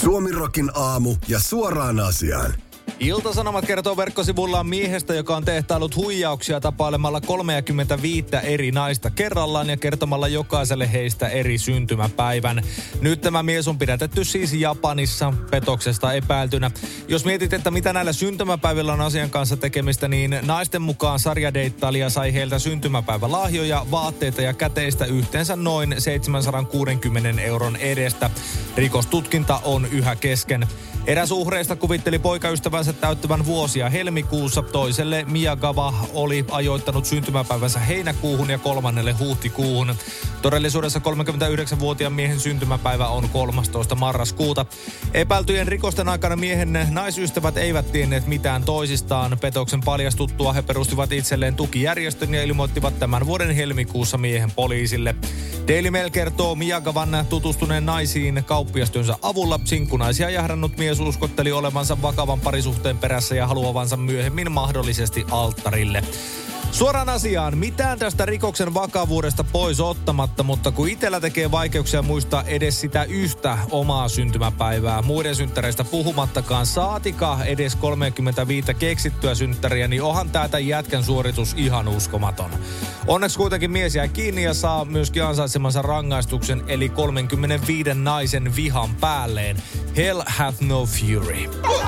Suomirokin aamu ja suoraan asiaan. Ilta-Sanomat kertoo verkkosivullaan miehestä, joka on tehtailut huijauksia tapailemalla 35 eri naista kerrallaan ja kertomalla jokaiselle heistä eri syntymäpäivän. Nyt tämä mies on pidätetty siis Japanissa petoksesta epäiltynä. Jos mietit, että mitä näillä syntymäpäivillä on asian kanssa tekemistä, niin naisten mukaan sarjadeittailija sai heiltä syntymäpäivälahjoja, vaatteita ja käteistä yhteensä noin 760 euron edestä. Rikostutkinta on yhä kesken. Eräs uhreista kuvitteli poikaystävänsä täyttävän vuosia helmikuussa. Toiselle Miyagawa oli ajoittanut syntymäpäivänsä heinäkuuhun ja 3. huhtikuuhun. Todellisuudessa 39-vuotiaan miehen syntymäpäivä on 13. marraskuuta. Epäiltyjen rikosten aikana miehen naisystävät eivät tienneet mitään toisistaan. Petoksen paljastuttua he perustivat itselleen tukijärjestön ja ilmoittivat tämän vuoden helmikuussa miehen poliisille. Daily Mail kertoo Miyagawan tutustuneen naisiin kauppiastyönsä avulla. Sinkkunaisia jahdannut mies uskotteli olevansa vakavan parisuhteen perässä ja haluavansa myöhemmin mahdollisesti alttarille. Suoraan asiaan, mitään tästä rikoksen vakavuudesta pois ottamatta, mutta kun itsellä tekee vaikeuksia muistaa edes sitä yhtä omaa syntymäpäivää, muiden synttäreistä puhumattakaan, saatika edes 35 keksittyä synttäriä, niin onhan täältä jätkän suoritus ihan uskomaton. Onneksi kuitenkin mies jää kiinni ja saa myöskin ansaitsemansa rangaistuksen, eli 35 naisen vihan päälleen. Hell hath no fury.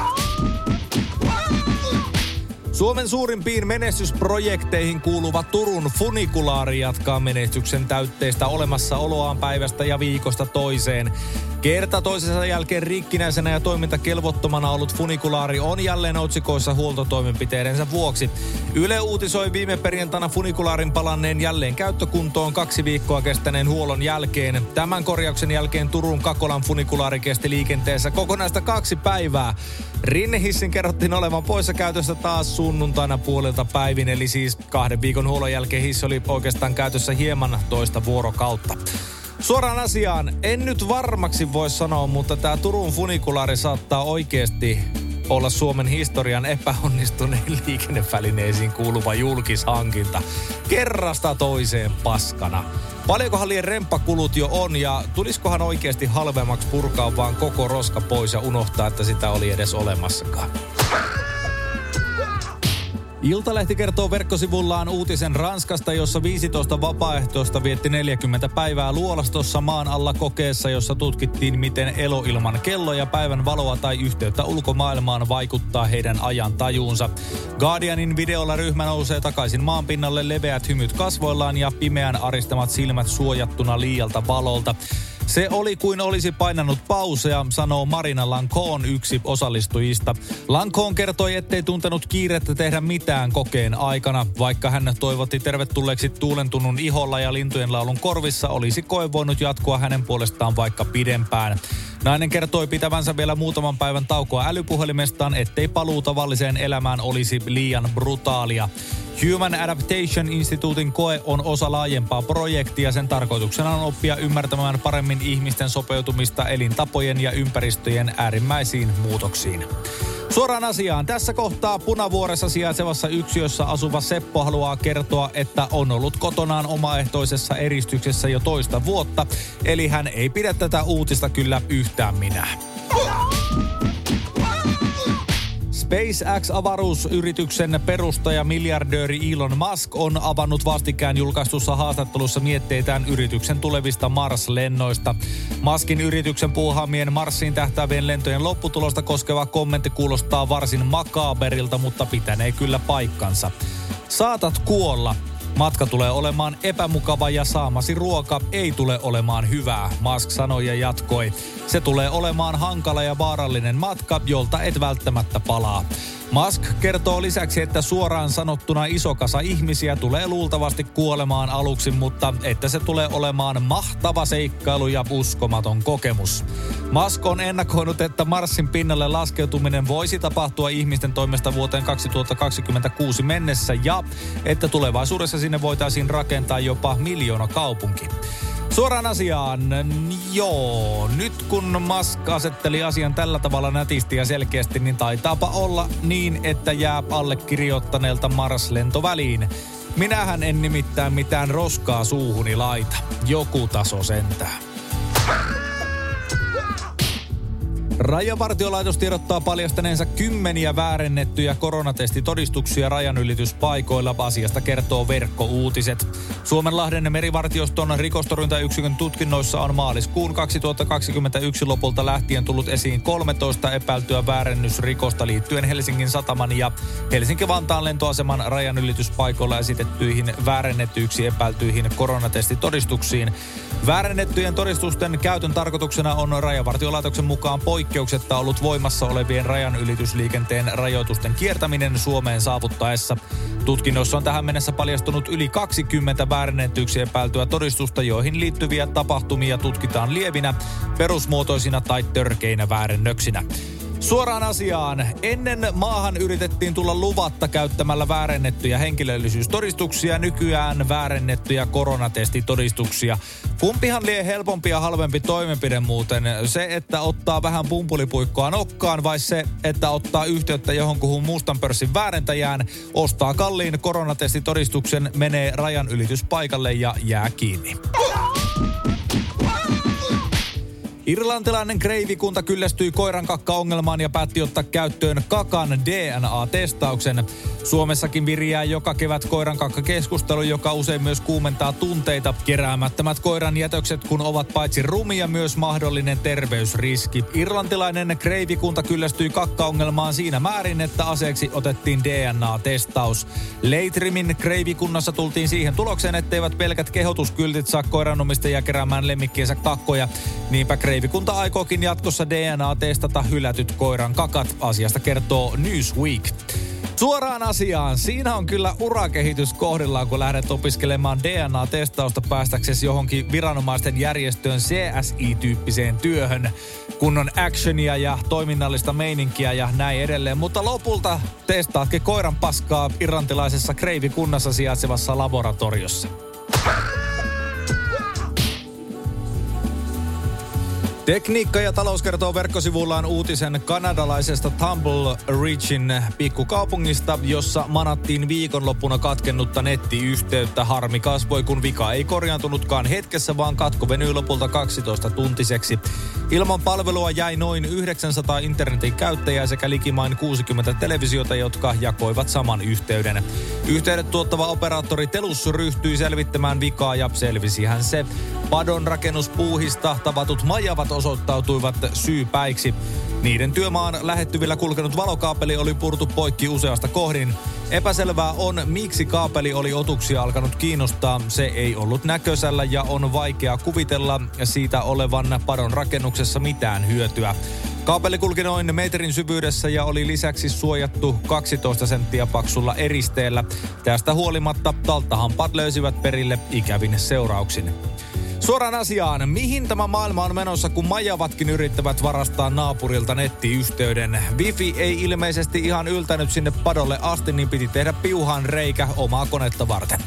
Suomen suurimpiin menestysprojekteihin kuuluva Turun funikulaari jatkaa menestyksen täytteistä olemassaoloaan päivästä ja viikosta toiseen. Kerta toisensa jälkeen rikkinäisenä ja toimintakelvottomana ollut funikulaari on jälleen otsikoissa huoltotoimenpiteidensä vuoksi. Yle uutisoi viime perjantaina funikulaarin palanneen jälleen käyttökuntoon 2 viikkoa kestäneen huollon jälkeen. Tämän korjauksen jälkeen Turun Kakolan funikulaari kesti liikenteessä kokonaista 2 päivää. Rinnehissin kerrottiin olevan poissa käytöstä taas sunnuntaina puolilta päivin, eli siis 2 viikon huollon jälkeen hissi oli oikeastaan käytössä hieman toista vuorokautta. Suoraan asiaan, en nyt varmaksi voi sanoa, mutta tämä Turun funikulaari saattaa oikeasti olla Suomen historian epäonnistuneen liikennevälineisiin kuuluva julkishankinta. Kerrasta toiseen paskana. Paljonkohan liian remppakulut jo on ja tulisikohan oikeasti halvemmaksi purkaa vaan koko roska pois ja unohtaa, että sitä oli edes olemassakaan. Iltalehti kertoo verkkosivullaan uutisen Ranskasta, jossa 15 vapaaehtoista vietti 40 päivää luolastossa maan alla kokeessa, jossa tutkittiin, miten elo ilman kelloja, päivän valoa tai yhteyttä ulkomaailmaan vaikuttaa heidän ajan tajuunsa. Guardianin videolla ryhmä nousee takaisin maanpinnalle, leveät hymyt kasvoillaan ja pimeän aristamat silmät suojattuna liialta valolta. Se oli kuin olisi painanut pausea, sanoo Marina Lancon, yksi osallistujista. Lancon kertoi, ettei tuntenut kiirettä tehdä mitään kokeen aikana. Vaikka hän toivotti tervetulleeksi tuulentunun iholla ja lintujen laulun korvissa, olisi koe voinut jatkua hänen puolestaan vaikka pidempään. Nainen kertoi pitävänsä vielä muutaman päivän taukoa älypuhelimestaan, ettei paluu tavalliseen elämään olisi liian brutaalia. Human Adaptation Instituutin koe on osa laajempaa projektia. Sen tarkoituksena on oppia ymmärtämään paremmin ihmisten sopeutumista elintapojen ja ympäristöjen äärimmäisiin muutoksiin. Suoraan asiaan. Tässä kohtaa Punavuoressa sijaitsevassa yksiössä asuva Seppo haluaa kertoa, että on ollut kotonaan omaehtoisessa eristyksessä jo toista vuotta. Eli hän ei pidä tätä uutista kyllä yhtään minään. SpaceX-avaruusyrityksen perustaja miljardööri Elon Musk on avannut vastikään julkaistussa haastattelussa mietteitään yrityksen tulevista Mars-lennoista. Muskin yrityksen puuhaamien Marsiin tähtäävien lentojen lopputulosta koskeva kommentti kuulostaa varsin makaaberilta, mutta pitänee kyllä paikkansa. Saatat kuolla. Matka tulee olemaan epämukava ja saamasi ruoka ei tule olemaan hyvää, Musk sanoi ja jatkoi. Se tulee olemaan hankala ja vaarallinen matka, jolta et välttämättä palaa. Musk kertoo lisäksi, että suoraan sanottuna iso kasa ihmisiä tulee luultavasti kuolemaan aluksi, mutta että se tulee olemaan mahtava seikkailu ja uskomaton kokemus. Musk on ennakoinut, että Marsin pinnalle laskeutuminen voisi tapahtua ihmisten toimesta vuoteen 2026 mennessä ja että tulevaisuudessa sinne voitaisiin rakentaa jopa 1 miljoona kaupunki. Suoraan asiaan, joo, nyt kun Musk asetteli asian tällä tavalla nätisti ja selkeästi, niin taitaapa olla niin, että jää allekirjoittaneelta Mars-lento väliin. Minähän en nimittäin mitään roskaa suuhuni laita. Joku taso sentään. Rajavartiolaitos tiedottaa paljastaneensa 10 väärennettyjä koronatestitodistuksia rajanylityspaikoilla. Asiasta kertoo Verkkouutiset. Suomenlahden merivartioston rikostorjuntayksikön tutkinnoissa on maaliskuun 2021 lopulta lähtien tullut esiin 13 epäiltyä väärennysrikosta liittyen Helsingin sataman ja Helsinki-Vantaan lentoaseman rajanylityspaikoilla esitettyihin väärennettyiksi epäiltyihin koronatestitodistuksiin. Väärennettyjen todistusten käytön tarkoituksena on Rajavartiolaitoksen mukaan poikkeuksetta ollut voimassa olevien rajanylitysliikenteen rajoitusten kiertäminen Suomeen saavuttaessa. Tutkinnossa on tähän mennessä paljastunut yli 20 väärennettyiksi epäiltyä todistusta, joihin liittyviä tapahtumia tutkitaan lievinä, perusmuotoisina tai törkeinä väärennöksinä. Suoraan asiaan. Ennen maahan yritettiin tulla luvatta käyttämällä väärennettyjä henkilöllisyystodistuksia, nykyään väärennettyjä koronatestitodistuksia. Kumpihan lie helpompi ja halvempi toimenpide muuten? Se, että ottaa vähän pumpulipuikkoa nokkaan vai se, että ottaa yhteyttä johonkuhun mustan pörssin väärentäjään, ostaa kalliin koronatestitodistuksen, menee rajanylityspaikalle ja jää kiinni. Irlantilainen kreivikunta kyllästyi koirankakka-ongelmaan ja päätti ottaa käyttöön kakan DNA-testauksen. Suomessakin viriää joka kevät koirankakka-keskustelu, joka usein myös kuumentaa tunteita. Keräämättömät koiran jätökset, kun ovat paitsi rumia, myös mahdollinen terveysriski. Irlantilainen kreivikunta kyllästyi kakka-ongelmaan siinä määrin, että aseeksi otettiin DNA-testaus. Leitrimin kreivikunnassa tultiin siihen tulokseen, etteivät pelkät kehotuskyltit saa koiranomistajia keräämään lemmikkiensä kakkoja. Niinpä kreivikunta aikookin jatkossa DNA-testata hylätyt koiran kakat. Asiasta kertoo Newsweek. Suoraan asiaan. Siinä on kyllä urakehitys kohdillaan, kun lähdet opiskelemaan DNA-testausta päästäksesi johonkin viranomaisten järjestöön CSI-tyyppiseen työhön. Kunnon actionia ja toiminnallista meininkiä ja näin edelleen. Mutta lopulta testaatkin koiran paskaa irlantilaisessa kreivikunnassa sijaitsevassa laboratoriossa. Tekniikka ja talous kertoo verkkosivullaan uutisen kanadalaisesta Tumble Ridgein pikkukaupungista, jossa manattiin viikonloppuna katkennutta nettiyhteyttä. Harmi kasvoi, kun vika ei korjaantunutkaan hetkessä, vaan katko venyi lopulta 12-tuntiseksi. Ilman palvelua jäi noin 900 internetin käyttäjää sekä likimain 60 televisiota, jotka jakoivat saman yhteyden. Yhteydet tuottava operaattori Telus ryhtyi selvittämään vikaa ja selvisihän se. Padon rakennuspuuhista tavatut majavat osoittautuivat syypäiksi. Niiden työmaan lähettyvillä kulkenut valokaapeli oli purtu poikki useasta kohdin. Epäselvää on, miksi kaapeli oli otuksia alkanut kiinnostaa. Se ei ollut näkösällä ja on vaikea kuvitella siitä olevan padon rakennuksessa mitään hyötyä. Kaapeli kulki noin metrin syvyydessä ja oli lisäksi suojattu 12 senttiä paksulla eristeellä. Tästä huolimatta talttahampaat löysivät perille ikävin seurauksin. Suoraan asiaan, mihin tämä maailma on menossa, kun majavatkin yrittävät varastaa naapurilta nettiyhteyden? Wifi ei ilmeisesti ihan yltänyt sinne padolle asti, niin piti tehdä piuhaan reikä omaa konetta varten.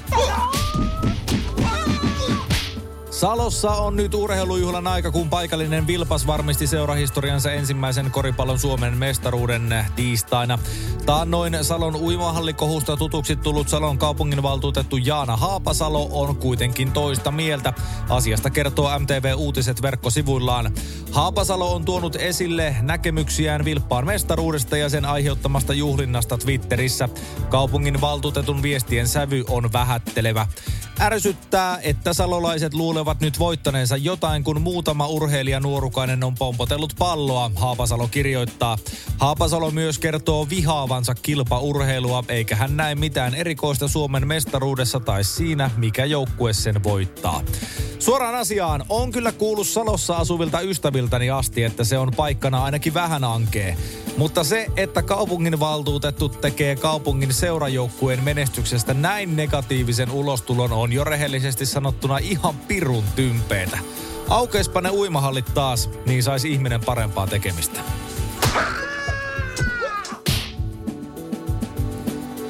Salossa on nyt urheilujuhlan aika, kun paikallinen Vilpas varmisti seurahistoriansa ensimmäisen koripallon Suomen mestaruuden tiistaina. Taannoin Salon uimahallikohusta tutuksi tullut Salon kaupunginvaltuutettu Jaana Haapasalo on kuitenkin toista mieltä. Asiasta kertoo MTV Uutiset verkkosivuillaan. Haapasalo on tuonut esille näkemyksiään Vilppaan mestaruudesta ja sen aiheuttamasta juhlinnasta Twitterissä. Kaupunginvaltuutetun viestien sävy on vähättelevä. Ärsyttää, että salolaiset luulevat nyt voittaneensa jotain, kun muutama urheilija nuorukainen on pompotellut palloa, Haapasalo kirjoittaa. Haapasalo myös kertoo vihaavansa kilpaurheilua, eikä hän näe mitään erikoista Suomen mestaruudessa tai siinä, mikä joukkue sen voittaa. Suoraan asiaan, on kyllä kuullut Salossa asuvilta ystäviltäni asti, että se on paikkana ainakin vähän ankee. Mutta se, että kaupunginvaltuutettu tekee kaupungin seurajoukkueen menestyksestä näin negatiivisen ulostulon, on jo rehellisesti sanottuna ihan pirun tympeetä. Aukeispa ne uimahallit taas, niin saisi ihminen parempaa tekemistä.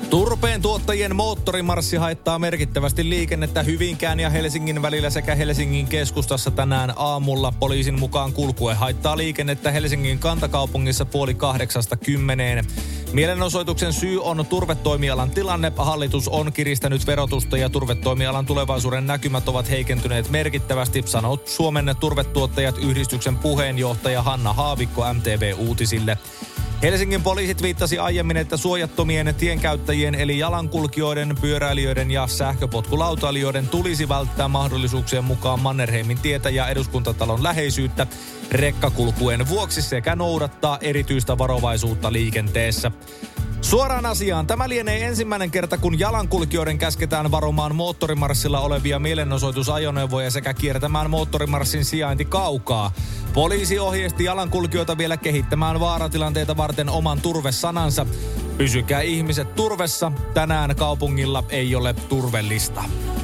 Turpeen tuottajien moottorimarssi haittaa merkittävästi liikennettä Hyvinkään ja Helsingin välillä sekä Helsingin keskustassa tänään aamulla. Poliisin mukaan kulkue haittaa liikennettä Helsingin kantakaupungissa 7:30. Mielenosoituksen syy on turvetoimialan tilanne. Hallitus on kiristänyt verotusta ja turvetoimialan tulevaisuuden näkymät ovat heikentyneet merkittävästi, sanoo Suomen turvetuottajat yhdistyksen puheenjohtaja Hanna Haavikko MTV Uutisille. Helsingin poliisit viittasi aiemmin, että suojattomien tienkäyttäjien eli jalankulkijoiden, pyöräilijöiden ja sähköpotkulautailijoiden tulisi välttää mahdollisuuksien mukaan Mannerheimin tietä ja Eduskuntatalon läheisyyttä rekkakulkujen vuoksi sekä noudattaa erityistä varovaisuutta liikenteessä. Suoraan asiaan. Tämä lienee ensimmäinen kerta, kun jalankulkijoiden käsketään varomaan moottorimarssilla olevia mielenosoitusajoneuvoja sekä kiertämään moottorimarssin sijainti kaukaa. Poliisi ohjeisti jalankulkijoita vielä kehittämään vaaratilanteita varten oman turvesanansa. Pysykää ihmiset turvessa. Tänään kaupungilla ei ole turvellista.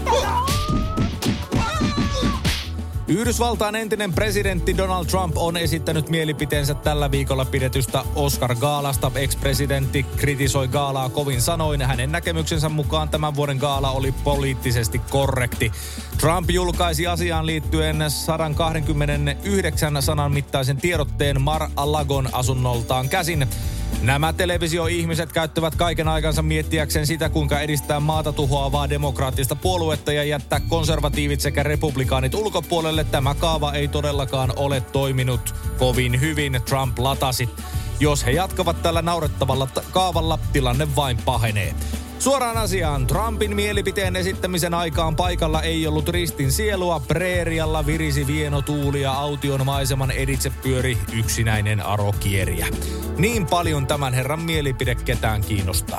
Yhdysvaltain entinen presidentti Donald Trump on esittänyt mielipiteensä tällä viikolla pidetystä Oscar-gaalasta. Ex-presidentti kritisoi gaalaa kovin sanoin. Hänen näkemyksensä mukaan tämän vuoden gaala oli poliittisesti korrekti. Trump julkaisi asiaan liittyen 129 sanan mittaisen tiedotteen Mar-a-Lagon asunnoltaan käsin. Nämä televisioihmiset käyttävät kaiken aikansa miettiäkseen sitä, kuinka edistää maata tuhoavaa demokraattista puoluetta ja jättää konservatiivit sekä republikaanit ulkopuolelle. Tämä kaava ei todellakaan ole toiminut kovin hyvin, Trump latasi. Jos he jatkavat tällä naurettavalla kaavalla, tilanne vain pahenee. Suoraan asiaan. Trumpin mielipiteen esittämisen aikaan paikalla ei ollut ristin sielua. Preerialla virisi vieno tuuli ja aution maiseman editse pyöri yksinäinen arokieriä. Niin paljon tämän herran mielipide ketään kiinnostaa.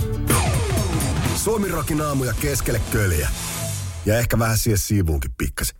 Suomi Rockin aamuja keskelle köljä. Ja ehkä vähän siihen siivuunkin pikkasen.